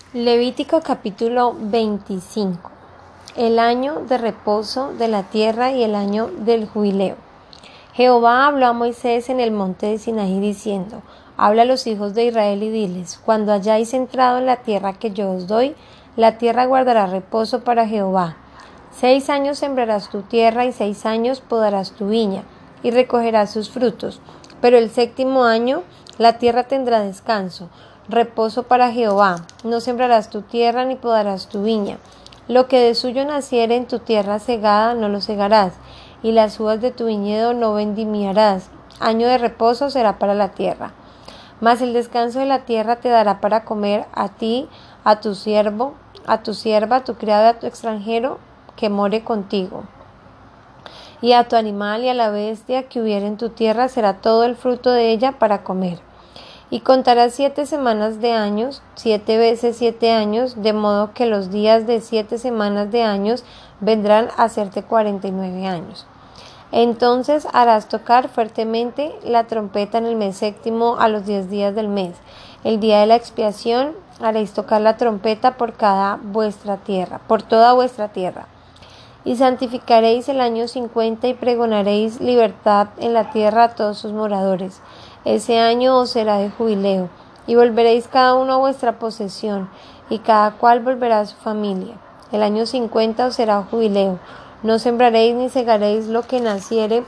Levítico capítulo 25. El año de reposo de la tierra y el año del jubileo. Jehová habló a Moisés en el monte de Sinaí diciendo: Habla a los hijos de Israel y diles: Cuando hayáis entrado en la tierra que yo os doy, la tierra guardará reposo para Jehová. 6 años sembrarás tu tierra y 6 años podarás tu viña y recogerás sus frutos. Pero el 7º año la tierra tendrá descanso, reposo para Jehová. No sembrarás tu tierra ni podarás tu viña. Lo que de suyo naciere en tu tierra segada no lo segarás, y las uvas de tu viñedo no vendimiarás. Año de reposo será para la tierra. Mas el descanso de la tierra te dará para comer a ti, a tu siervo, a tu sierva, a tu criado y a tu extranjero que more contigo. Y a tu animal y a la bestia que hubiere en tu tierra será todo el fruto de ella para comer. Y contarás 7 semanas de años, 7 veces 7 años, de modo que los días de 7 semanas de años vendrán a hacerte 49 años. Entonces harás tocar fuertemente la trompeta en el mes 7º a los 10 días del mes. El día de la expiación haréis tocar la trompeta por toda vuestra tierra. Y santificaréis el año 50 y pregonaréis libertad en la tierra a todos sus moradores. Ese año os será de jubileo, y volveréis cada uno a vuestra posesión, y cada cual volverá a su familia. El año 50 os será jubileo. No sembraréis ni segaréis lo que naciere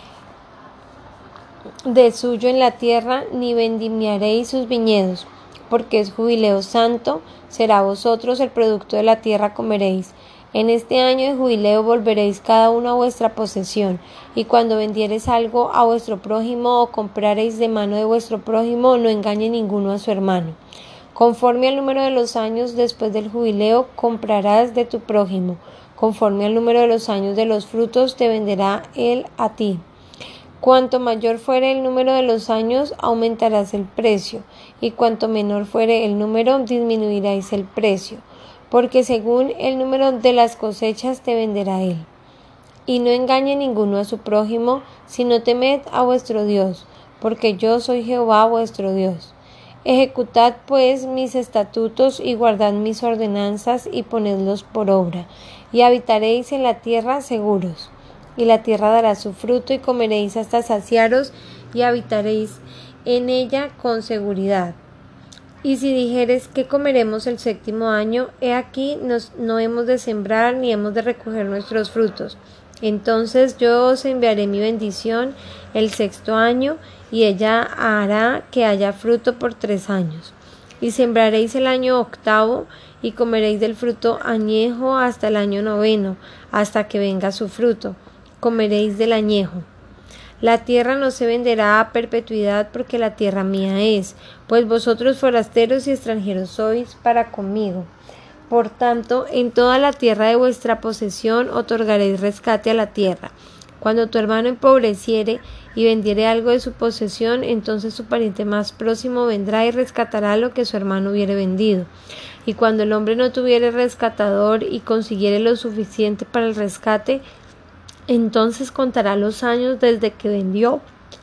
de suyo en la tierra, ni vendimiaréis sus viñedos, porque es jubileo santo, será vosotros el producto de la tierra comeréis. En este año de jubileo volveréis cada uno a vuestra posesión, y cuando vendiereis algo a vuestro prójimo o comprareis de mano de vuestro prójimo, no engañe ninguno a su hermano. Conforme al número de los años después del jubileo comprarás de tu prójimo, conforme al número de los años de los frutos te venderá él a ti. Cuanto mayor fuere el número de los años, aumentarás el precio, y cuanto menor fuere el número, disminuiráis el precio, porque según el número de las cosechas te venderá él. Y no engañe ninguno a su prójimo, sino temed a vuestro Dios, porque yo soy Jehová vuestro Dios. Ejecutad pues mis estatutos y guardad mis ordenanzas y ponedlos por obra, y habitaréis en la tierra seguros. Y la tierra dará su fruto y comeréis hasta saciaros y habitaréis en ella con seguridad. Y si dijeres: ¿qué comeremos el 7º año? He aquí no hemos de sembrar ni hemos de recoger nuestros frutos. Entonces yo os enviaré mi bendición el 6º año, y ella hará que haya fruto por 3 años. Y sembraréis el año 8º, y comeréis del fruto añejo hasta el año 9º, hasta que venga su fruto. Comeréis del añejo. La tierra no se venderá a perpetuidad, porque la tierra mía es, pues vosotros forasteros y extranjeros sois para conmigo. Por tanto, en toda la tierra de vuestra posesión otorgaréis rescate a la tierra. Cuando tu hermano empobreciere y vendiere algo de su posesión, entonces su pariente más próximo vendrá y rescatará lo que su hermano hubiere vendido. Y cuando el hombre no tuviere rescatador y consiguiere lo suficiente para el rescate, entonces contará los años desde que vendió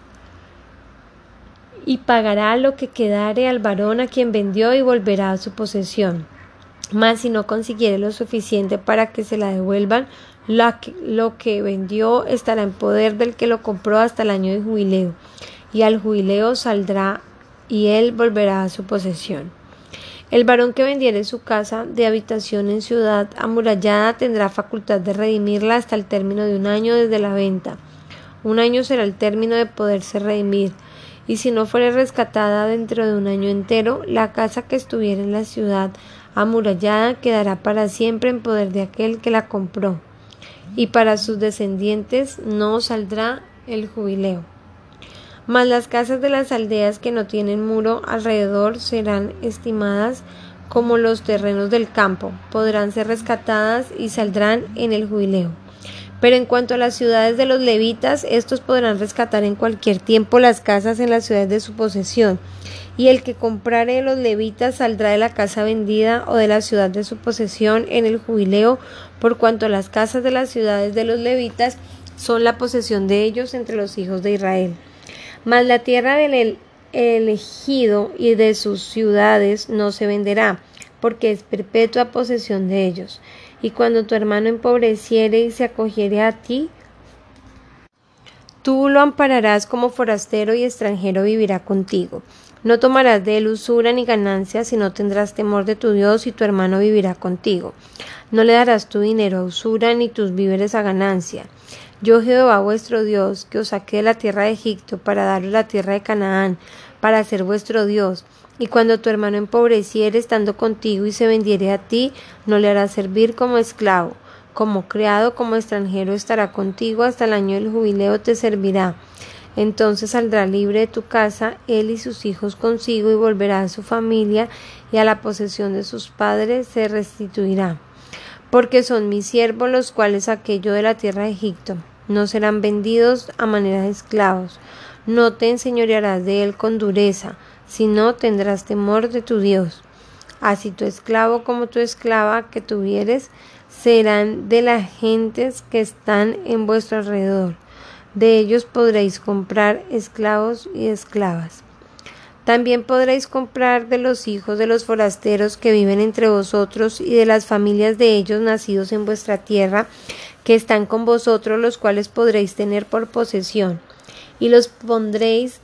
y pagará lo que quedare al varón a quien vendió y volverá a su posesión. Mas si no consiguiere lo suficiente para que se la devuelvan, lo que vendió estará en poder del que lo compró hasta el año de jubileo, y al jubileo saldrá y él volverá a su posesión. El varón que vendiere su casa de habitación en ciudad amurallada tendrá facultad de redimirla hasta el término de 1 año desde la venta. 1 año será el término de poderse redimir, y si no fuere rescatada dentro de 1 año entero, la casa que estuviera en la ciudad amurallada quedará para siempre en poder de aquel que la compró, y para sus descendientes no saldrá el jubileo. Mas las casas de las aldeas que no tienen muro alrededor serán estimadas como los terrenos del campo, podrán ser rescatadas y saldrán en el jubileo. Pero en cuanto a las ciudades de los levitas, estos podrán rescatar en cualquier tiempo las casas en las ciudades de su posesión, y el que comprare de los levitas saldrá de la casa vendida o de la ciudad de su posesión en el jubileo, por cuanto las casas de las ciudades de los levitas son la posesión de ellos entre los hijos de Israel. Mas la tierra del elegido y de sus ciudades no se venderá, porque es perpetua posesión de ellos. Y cuando tu hermano empobreciere y se acogiere a ti, tú lo ampararás como forastero y extranjero vivirá contigo. No tomarás de él usura ni ganancia, sino tendrás temor de tu Dios y tu hermano vivirá contigo. No le darás tu dinero a usura ni tus víveres a ganancia. Yo Jehová vuestro Dios, que os saqué de la tierra de Egipto para daros la tierra de Canaán, para ser vuestro Dios. Y cuando tu hermano empobreciere estando contigo y se vendiere a ti, no le harás servir como esclavo. Como criado, como extranjero estará contigo, hasta el año del jubileo te servirá. Entonces saldrá libre de tu casa, él y sus hijos consigo, y volverá a su familia, y a la posesión de sus padres se restituirá. Porque son mis siervos los cuales saqué yo de la tierra de Egipto. No serán vendidos a manera de esclavos. No te enseñorearás de él con dureza, sino tendrás temor de tu Dios. Así tu esclavo como tu esclava que tuvieres serán de las gentes que están en vuestro alrededor. De ellos podréis comprar esclavos y esclavas. También podréis comprar de los hijos de los forasteros que viven entre vosotros y de las familias de ellos nacidos en vuestra tierra, que están con vosotros, los cuales podréis tener por posesión, y los podréis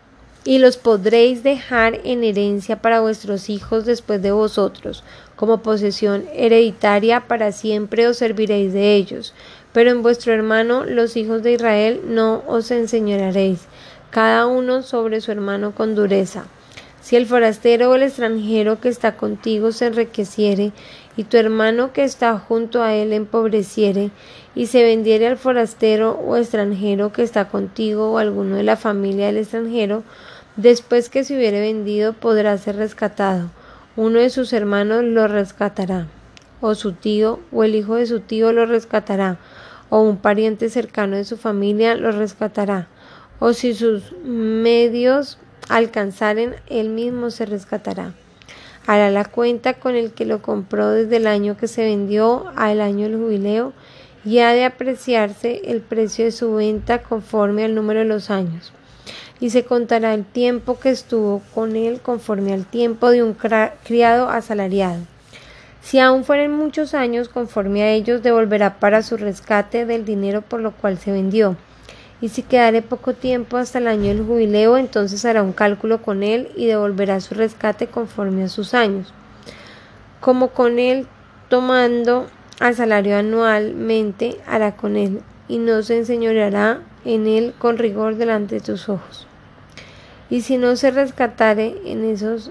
dejar en herencia para vuestros hijos después de vosotros, como posesión hereditaria para siempre os serviréis de ellos. Pero en vuestro hermano, los hijos de Israel, no os enseñorearéis, cada uno sobre su hermano con dureza. Si el forastero o el extranjero que está contigo se enriqueciere, y tu hermano que está junto a él empobreciere, y se vendiere al forastero o extranjero que está contigo o alguno de la familia del extranjero, después que se hubiere vendido podrá ser rescatado. Uno de sus hermanos lo rescatará, o su tío o el hijo de su tío lo rescatará, o un pariente cercano de su familia lo rescatará, o si sus medios alcanzaren, él mismo se rescatará. Hará la cuenta con el que lo compró desde el año que se vendió al año del jubileo, y ha de apreciarse el precio de su venta conforme al número de los años. Y se contará el tiempo que estuvo con él conforme al tiempo de un criado asalariado. Si aún fueren muchos años, conforme a ellos, devolverá para su rescate del dinero por lo cual se vendió. Y si quedare poco tiempo hasta el año del jubileo, entonces hará un cálculo con él y devolverá su rescate conforme a sus años. Como con él, tomando al salario anualmente, hará con él, y no se enseñoreará en él con rigor delante de tus ojos. Y si no se rescatare en esos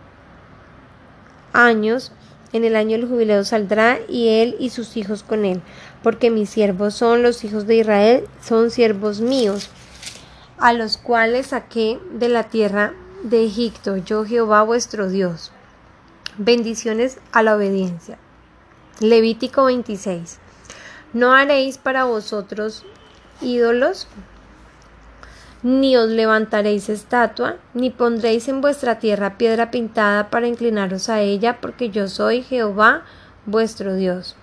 años, en el año del jubileo saldrá, y él y sus hijos con él, porque mis siervos son los hijos de Israel, son siervos míos, a los cuales saqué de la tierra de Egipto, yo Jehová vuestro Dios. Bendiciones a la obediencia. Levítico 26. No haréis para vosotros ídolos, ni os levantaréis estatua, ni pondréis en vuestra tierra piedra pintada para inclinaros a ella, porque yo soy Jehová vuestro Dios.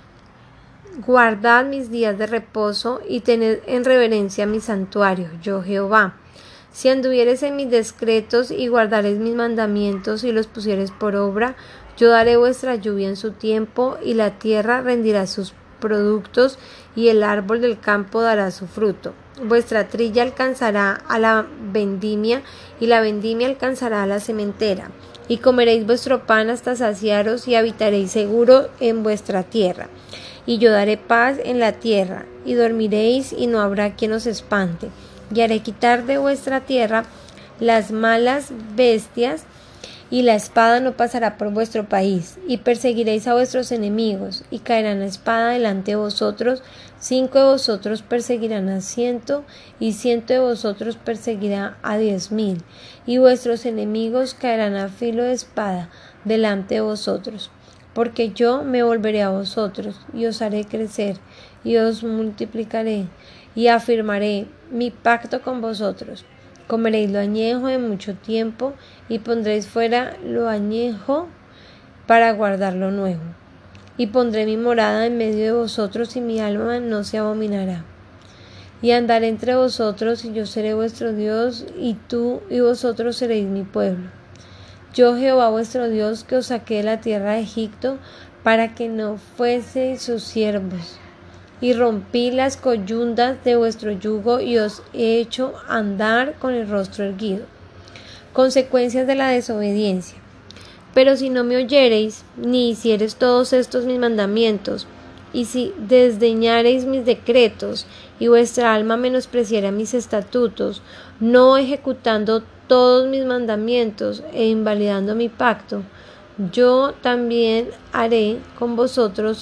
Guardad mis días de reposo y tened en reverencia mi santuario, yo Jehová. Si anduviereis en mis decretos y guardaréis mis mandamientos y los pusiereis por obra, yo daré vuestra lluvia en su tiempo, y la tierra rendirá sus productos, y el árbol del campo dará su fruto. Vuestra trilla alcanzará a la vendimia, y la vendimia alcanzará a la sementera. Y comeréis vuestro pan hasta saciaros, y habitaréis seguro en vuestra tierra. Y yo daré paz en la tierra, y dormiréis, y no habrá quien os espante. Y haré quitar de vuestra tierra las malas bestias, y la espada no pasará por vuestro país, y perseguiréis a vuestros enemigos, y caerán la espada delante de vosotros. 5 de vosotros perseguirán a 100, y 100 de vosotros perseguirá a 10,000, y vuestros enemigos caerán a filo de espada delante de vosotros. Porque yo me volveré a vosotros, y os haré crecer, y os multiplicaré, y afirmaré mi pacto con vosotros. Comeréis lo añejo de mucho tiempo, y pondréis fuera lo añejo para guardar lo nuevo. Y pondré mi morada en medio de vosotros, y mi alma no se abominará. Y andaré entre vosotros, y yo seré vuestro Dios, y tú y vosotros seréis mi pueblo. Yo Jehová vuestro Dios, que os saqué de la tierra de Egipto, para que no fueseis sus siervos. Y rompí las coyundas de vuestro yugo y os he hecho andar con el rostro erguido. Consecuencias de la desobediencia. Pero si no me oyereis, ni hiciereis todos estos mis mandamientos, y si desdeñareis mis decretos, y vuestra alma menospreciara mis estatutos, no ejecutando todos mis mandamientos e invalidando mi pacto, yo también haré con vosotros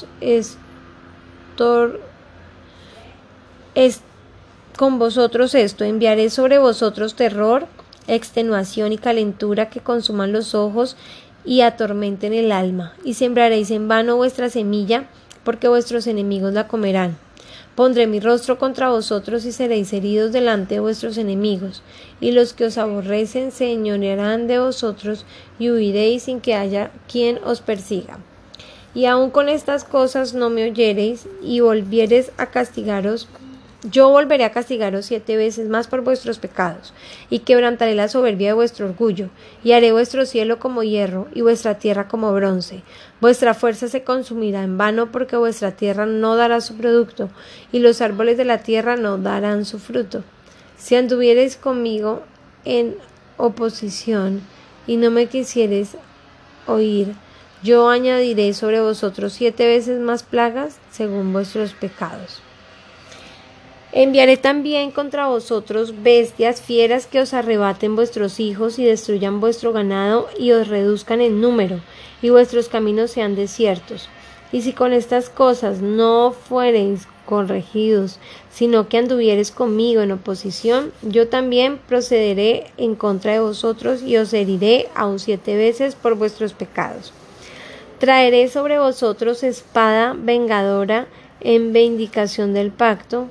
esto, enviaré sobre vosotros terror, extenuación y calentura que consuman los ojos y atormenten el alma, y sembraréis en vano vuestra semilla, porque vuestros enemigos la comerán. Pondré mi rostro contra vosotros y seréis heridos delante de vuestros enemigos, y los que os aborrecen se enseñorearán de vosotros y huiréis sin que haya quien os persiga. Y aun con estas cosas no me oyereis y volviereis a castigaros, yo volveré a castigaros 7 veces más por vuestros pecados, y quebrantaré la soberbia de vuestro orgullo, y haré vuestro cielo como hierro, y vuestra tierra como bronce. Vuestra fuerza se consumirá en vano, porque vuestra tierra no dará su producto, y los árboles de la tierra no darán su fruto. Si anduviereis conmigo en oposición, y no me quisiereis oír, yo añadiré sobre vosotros 7 veces más plagas según vuestros pecados. Enviaré también contra vosotros bestias fieras que os arrebaten vuestros hijos y destruyan vuestro ganado y os reduzcan en número, y vuestros caminos sean desiertos. Y si con estas cosas no fuereis corregidos, sino que anduviereis conmigo en oposición, yo también procederé en contra de vosotros y os heriré aún 7 veces por vuestros pecados. Traeré sobre vosotros espada vengadora en vindicación del pacto.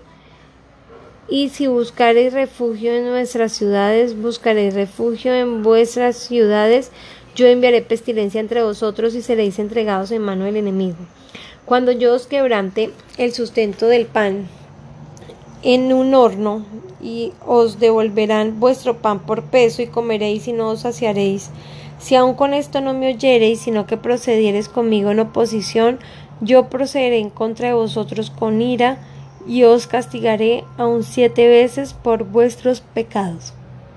Y si buscareis refugio en nuestras ciudades, buscaréis refugio en vuestras ciudades, yo enviaré pestilencia entre vosotros y seréis entregados en mano del enemigo. Cuando yo os quebrante el sustento del pan en un horno, y os devolverán vuestro pan por peso, y comeréis y no os saciaréis. Si aun con esto no me oyereis, sino que procediereis conmigo en oposición, yo procederé en contra de vosotros con ira, y os castigaré aún 7 veces por vuestros pecados.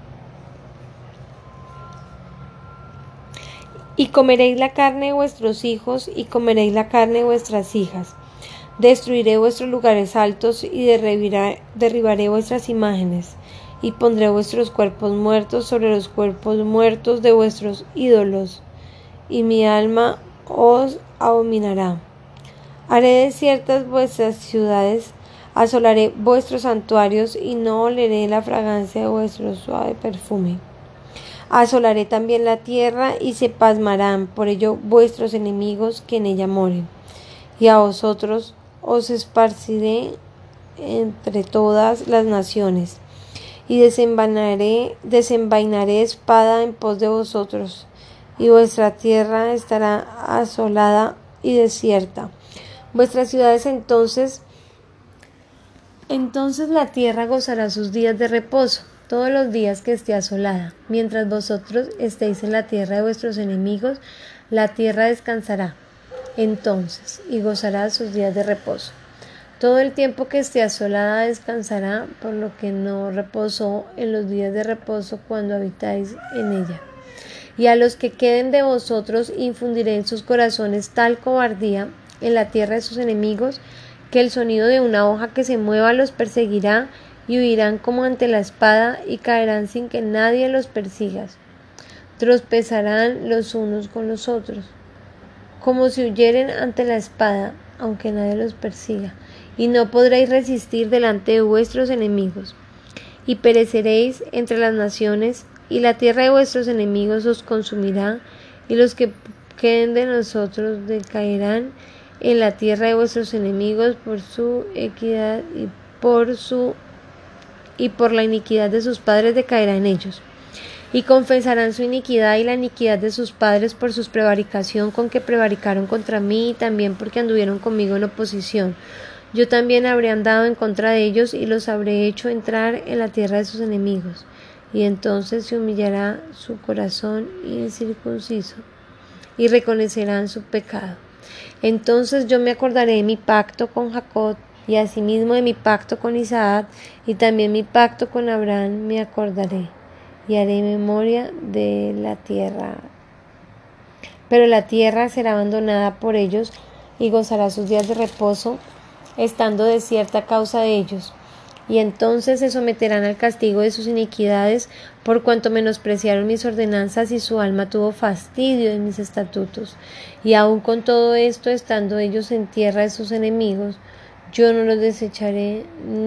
Y comeréis la carne de vuestros hijos, y comeréis la carne de vuestras hijas. Destruiré vuestros lugares altos, y derribaré vuestras imágenes, y pondré vuestros cuerpos muertos sobre los cuerpos muertos de vuestros ídolos, y mi alma os abominará. Haré desiertas vuestras ciudades, asolaré vuestros santuarios y no oleré la fragancia de vuestro suave perfume. Asolaré también la tierra y se pasmarán por ello vuestros enemigos que en ella moren. Y a vosotros os esparciré entre todas las naciones y desenvainaré espada en pos de vosotros, y vuestra tierra estará asolada y desierta. Vuestras ciudades entonces la tierra gozará sus días de reposo, todos los días que esté asolada. Mientras vosotros estéis en la tierra de vuestros enemigos, la tierra descansará entonces y gozará sus días de reposo. Todo el tiempo que esté asolada descansará, por lo que no reposó en los días de reposo cuando habitáis en ella. Y a los que queden de vosotros infundiré en sus corazones tal cobardía en la tierra de sus enemigos, que el sonido de una hoja que se mueva los perseguirá, y huirán como ante la espada, y caerán sin que nadie los persiga. Tropezarán los unos con los otros, como si huyeren ante la espada, aunque nadie los persiga, y no podréis resistir delante de vuestros enemigos. Y pereceréis entre las naciones, y la tierra de vuestros enemigos os consumirá, y los que queden de nosotros decaerán en la tierra de vuestros enemigos por su equidad, y por la iniquidad de sus padres decaerá en ellos. Y confesarán su iniquidad y la iniquidad de sus padres por su prevaricación con que prevaricaron contra mí, y también porque anduvieron conmigo en oposición. Yo también habré andado en contra de ellos, y los habré hecho entrar en la tierra de sus enemigos. y entonces se humillará su corazón incircunciso, y reconocerán su pecado. Entonces yo me acordaré de mi pacto con Jacob, y asimismo de mi pacto con Isaac, y también mi pacto con Abraham me acordaré, y haré memoria de la tierra. Pero la tierra será abandonada por ellos, y gozará sus días de reposo, estando desierta a causa de ellos. Y entonces se someterán al castigo de sus iniquidades, por cuanto menospreciaron mis ordenanzas y su alma tuvo fastidio de mis estatutos. Y aun con todo esto, estando ellos en tierra de sus enemigos, yo no los desecharé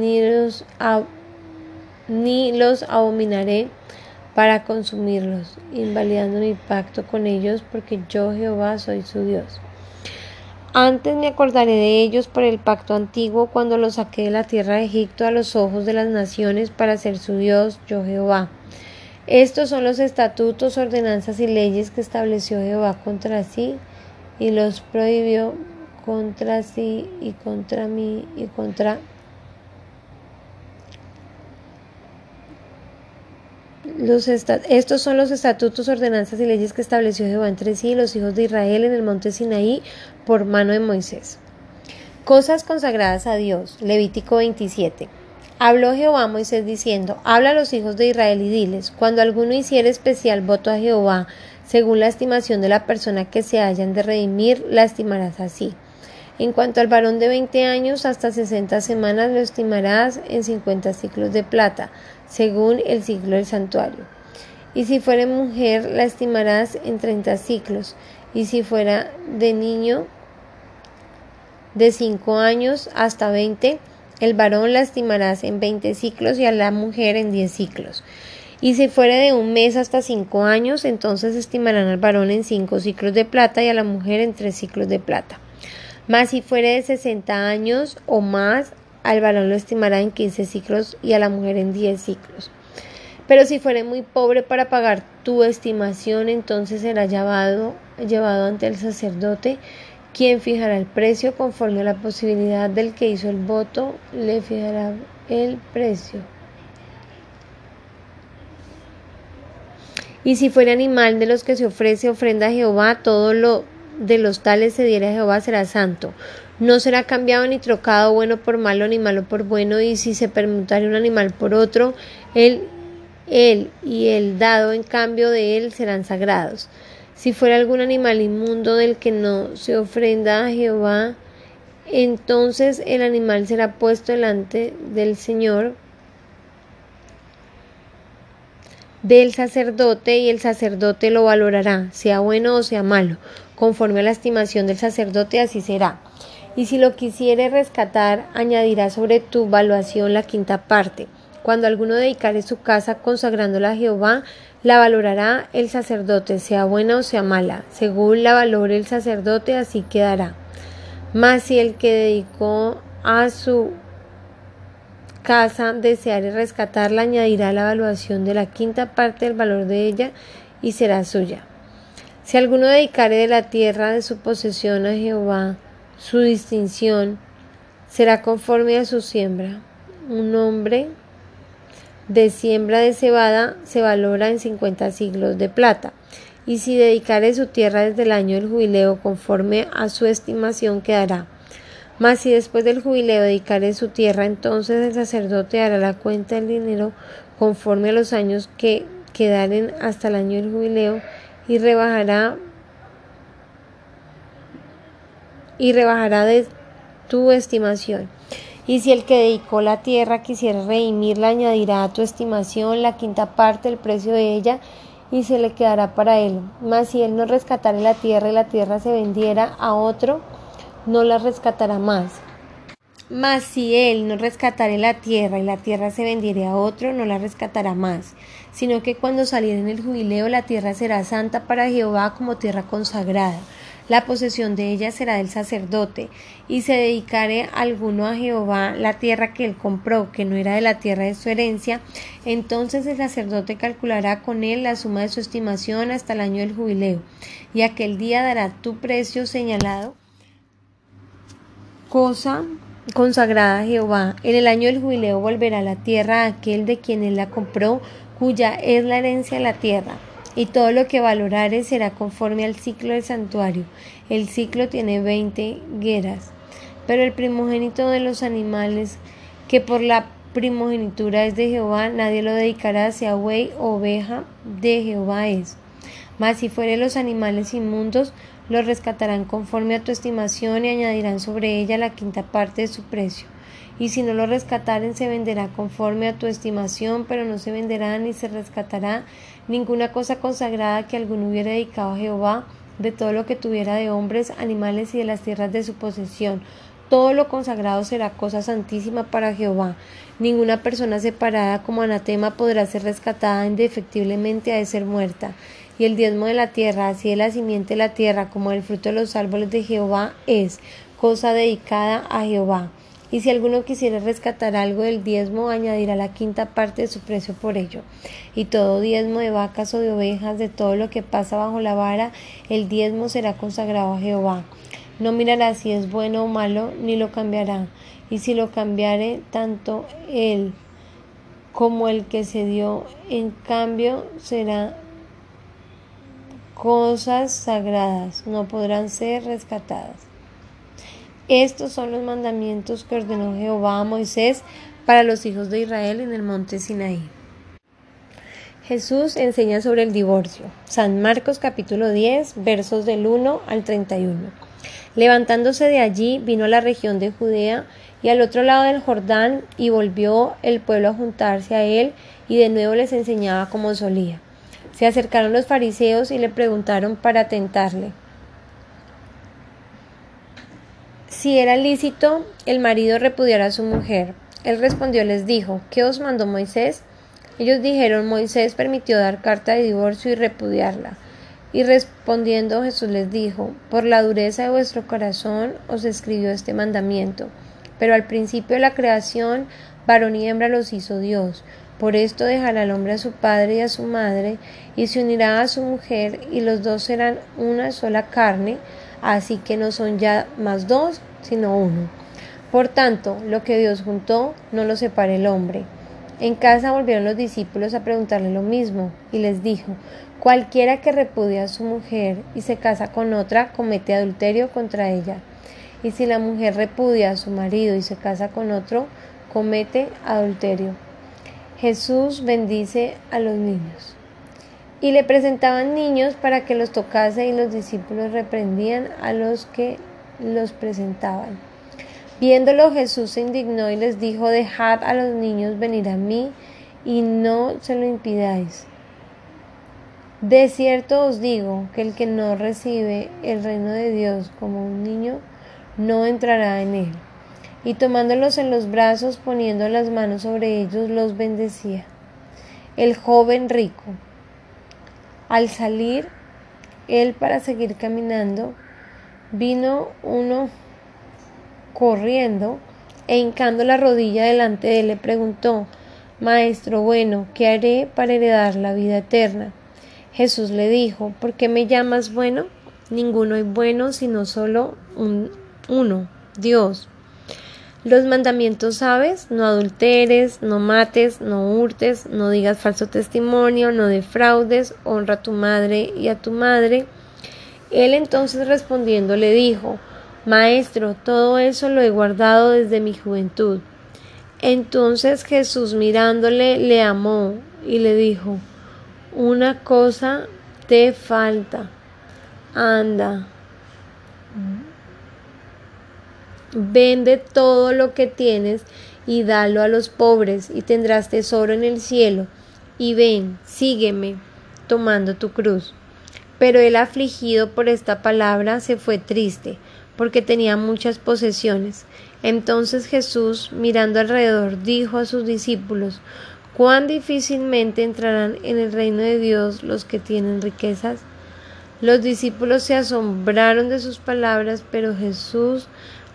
ni los abominaré para consumirlos, invalidando mi pacto con ellos, porque yo Jehová soy su Dios. Antes me acordaré de ellos por el pacto antiguo, cuando los saqué de la tierra de Egipto a los ojos de las naciones para ser su Dios, yo Jehová. Estos son los estatutos, ordenanzas y leyes que estableció Jehová contra sí y los prohibió contra sí y contra mí y contra Estos son los estatutos, ordenanzas y leyes que estableció Jehová entre sí y los hijos de Israel en el monte Sinaí por mano de Moisés. Cosas consagradas a Dios. Levítico 27. Habló Jehová a Moisés diciendo: Habla a los hijos de Israel y diles: Cuando alguno hiciere especial voto a Jehová, según la estimación de la persona que se hayan de redimir, la estimarás así. En cuanto al varón de 20 años hasta 60 semanas, lo estimarás en 50 siclos de plata, según el ciclo del santuario. Y si fuere mujer, la estimarás en 30 siclos. Y si fuera de niño de 5 años hasta 20, el varón la estimarás en 20 siclos y a la mujer en 10 siclos. Y si fuere de un mes hasta 5 años, entonces estimarán al varón en 5 siclos de plata y a la mujer en 3 siclos de plata. Mas si fuere de 60 años o más, al varón lo estimará en 15 siclos y a la mujer en 10 siclos. Pero si fuere muy pobre para pagar tu estimación, entonces será llevado ante el sacerdote, quien fijará el precio conforme a la posibilidad del que hizo el voto, le fijará el precio. Y si fuere animal de los que se ofrece ofrenda a Jehová, todo lo de los tales se diere a Jehová será santo. No será cambiado ni trocado bueno por malo ni malo por bueno, y si se permutare un animal por otro, él y el dado en cambio de él serán sagrados. Si fuera algún animal inmundo del que no se ofrenda a Jehová, entonces el animal será puesto delante del Señor, del sacerdote, y el sacerdote lo valorará, sea bueno o sea malo, conforme a la estimación del sacerdote, así será. Y si lo quisiere rescatar, añadirá sobre tu valuación la quinta parte. Cuando alguno dedicare su casa consagrándola a Jehová, la valorará el sacerdote, sea buena o sea mala, según la valore el sacerdote, así quedará. Mas si el que dedicó a su casa deseare rescatarla, añadirá la evaluación de la quinta parte del valor de ella y será suya. Si alguno dedicare de la tierra de su posesión a Jehová, su distinción será conforme a su siembra. Un hombre de siembra de cebada se valora en 50 siclos de plata. Y si dedicare su tierra desde el año del jubileo, conforme a su estimación quedará. Mas si después del jubileo dedicare su tierra, entonces el sacerdote hará la cuenta del dinero conforme a los años que quedaren hasta el año del jubileo, y rebajará de tu estimación. Y si el que dedicó la tierra quisiera redimirla, añadirá a tu estimación la quinta parte del precio de ella, y se le quedará para él. Mas si él no rescatare la tierra y la tierra se vendiera a otro, no la rescatará más. Mas si él no rescatare la tierra y la tierra se vendiere a otro, no la rescatará más, sino que cuando saliere en el jubileo, la tierra será santa para Jehová como tierra consagrada. La posesión de ella será del sacerdote. Y se dedicare alguno a Jehová la tierra que él compró, que no era de la tierra de su herencia, entonces el sacerdote calculará con él la suma de su estimación hasta el año del jubileo, y aquel día dará tu precio señalado, cosa consagrada a Jehová. En el año del jubileo volverá la tierra a aquel de quien él la compró, cuya es la herencia de la tierra, y todo lo que valorares será conforme al ciclo del santuario. El ciclo tiene 20 gueras. Pero el primogénito de los animales, que por la primogenitura es de Jehová, nadie lo dedicará, sea buey o oveja, de Jehová es. Mas si fuere los animales inmundos, los rescatarán conforme a tu estimación y añadirán sobre ella la quinta parte de su precio. Y si no lo rescataren, se venderá conforme a tu estimación, pero no se venderá ni se rescatará ninguna cosa consagrada que alguno hubiera dedicado a Jehová, de todo lo que tuviera de hombres, animales y de las tierras de su posesión. Todo lo consagrado será cosa santísima para Jehová. Ninguna persona separada como anatema podrá ser rescatada indefectiblemente, ha de ser muerta. Y el diezmo de la tierra, así de la simiente de la tierra como el fruto de los árboles de Jehová, es cosa dedicada a Jehová. Y si alguno quisiera rescatar algo del diezmo, añadirá la quinta parte de su precio por ello. Y todo diezmo de vacas o de ovejas, de todo lo que pasa bajo la vara, el diezmo será consagrado a Jehová. No mirará si es bueno o malo, ni lo cambiará. Y si lo cambiare, tanto él como el que se dio en cambio serán cosas sagradas, no podrán ser rescatadas. Estos son los mandamientos que ordenó Jehová a Moisés para los hijos de Israel en el monte Sinaí. Jesús enseña sobre el divorcio. San Marcos capítulo 10, versos del 1 al 31. Levantándose de allí, vino a la región de Judea y al otro lado del Jordán, y volvió el pueblo a juntarse a él, y de nuevo les enseñaba como solía. Se acercaron los fariseos y le preguntaron para tentarle si era lícito el marido repudiar a su mujer. Él respondió, les dijo, ¿qué os mandó Moisés? Ellos dijeron, Moisés permitió dar carta de divorcio y repudiarla. Y respondiendo Jesús les dijo, por la dureza de vuestro corazón os escribió este mandamiento. Pero al principio de la creación, varón y hembra los hizo Dios. Por esto dejará el hombre a su padre y a su madre, y se unirá a su mujer, y los dos serán una sola carne, así que no son ya más dos, sino uno. Por tanto, lo que Dios juntó, no lo separe el hombre. En casa volvieron los discípulos a preguntarle lo mismo, y les dijo, cualquiera que repudia a su mujer y se casa con otra, comete adulterio contra ella. Y si la mujer repudia a su marido y se casa con otro, comete adulterio. Jesús bendice a los niños. Y le presentaban niños para que los tocase, y los discípulos reprendían a los que los presentaban. Viéndolo, Jesús se indignó y les dijo, dejad a los niños venir a mí, y no se lo impidáis. De cierto os digo que el que no recibe el reino de Dios como un niño, no entrará en él. Y tomándolos en los brazos, poniendo las manos sobre ellos, los bendecía. El joven rico. Al salir él para seguir caminando, vino uno corriendo e hincando la rodilla delante de él le preguntó, Maestro bueno, ¿qué haré para heredar la vida eterna? Jesús le dijo, ¿por qué me llamas bueno? Ninguno es bueno sino solo uno, Dios. Los mandamientos sabes, no adulteres, no mates, no hurtes, no digas falso testimonio, no defraudes, honra a tu madre y a tu madre. Él entonces respondiendo le dijo, Maestro, todo eso lo he guardado desde mi juventud. Entonces Jesús mirándole le amó y le dijo, una cosa te falta, anda, vende todo lo que tienes y dalo a los pobres, y tendrás tesoro en el cielo, y ven, sígueme, tomando tu cruz. Pero él, afligido por esta palabra, se fue triste, porque tenía muchas posesiones. Entonces Jesús, mirando alrededor, dijo a sus discípulos, ¿cuán difícilmente entrarán en el reino de Dios los que tienen riquezas? Los discípulos se asombraron de sus palabras, pero Jesús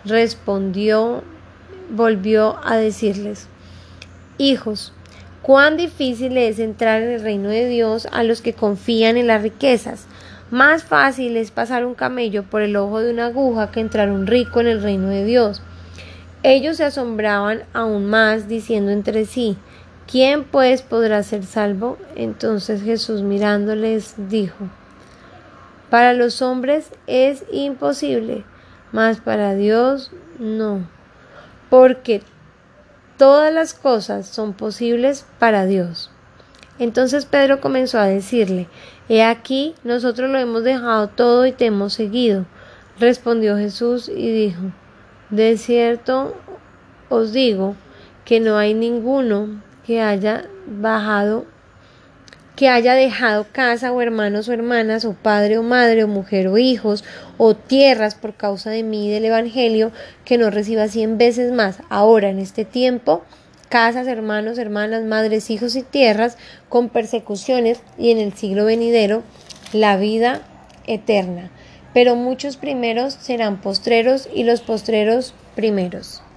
volvió a decirles, hijos, cuán difícil es entrar en el reino de Dios a los que confían en las riquezas. Más fácil es pasar un camello por el ojo de una aguja que entrar un rico en el reino de Dios. Ellos se asombraban aún más, diciendo entre sí, ¿Quién pues podrá ser salvo? Entonces Jesús mirándoles dijo: para los hombres es imposible, mas para Dios no, porque todas las cosas son posibles para Dios. Entonces Pedro comenzó a decirle: he aquí, nosotros lo hemos dejado todo y te hemos seguido. Respondió Jesús y dijo: de cierto os digo que no hay ninguno que haya dejado casa o hermanos o hermanas o padre o madre o mujer o hijos o tierras por causa de mí y del Evangelio, que no reciba 100 veces más ahora en este tiempo, casas, hermanos, hermanas, madres, hijos y tierras, con persecuciones, y en el siglo venidero la vida eterna. Pero muchos primeros serán postreros y los postreros primeros.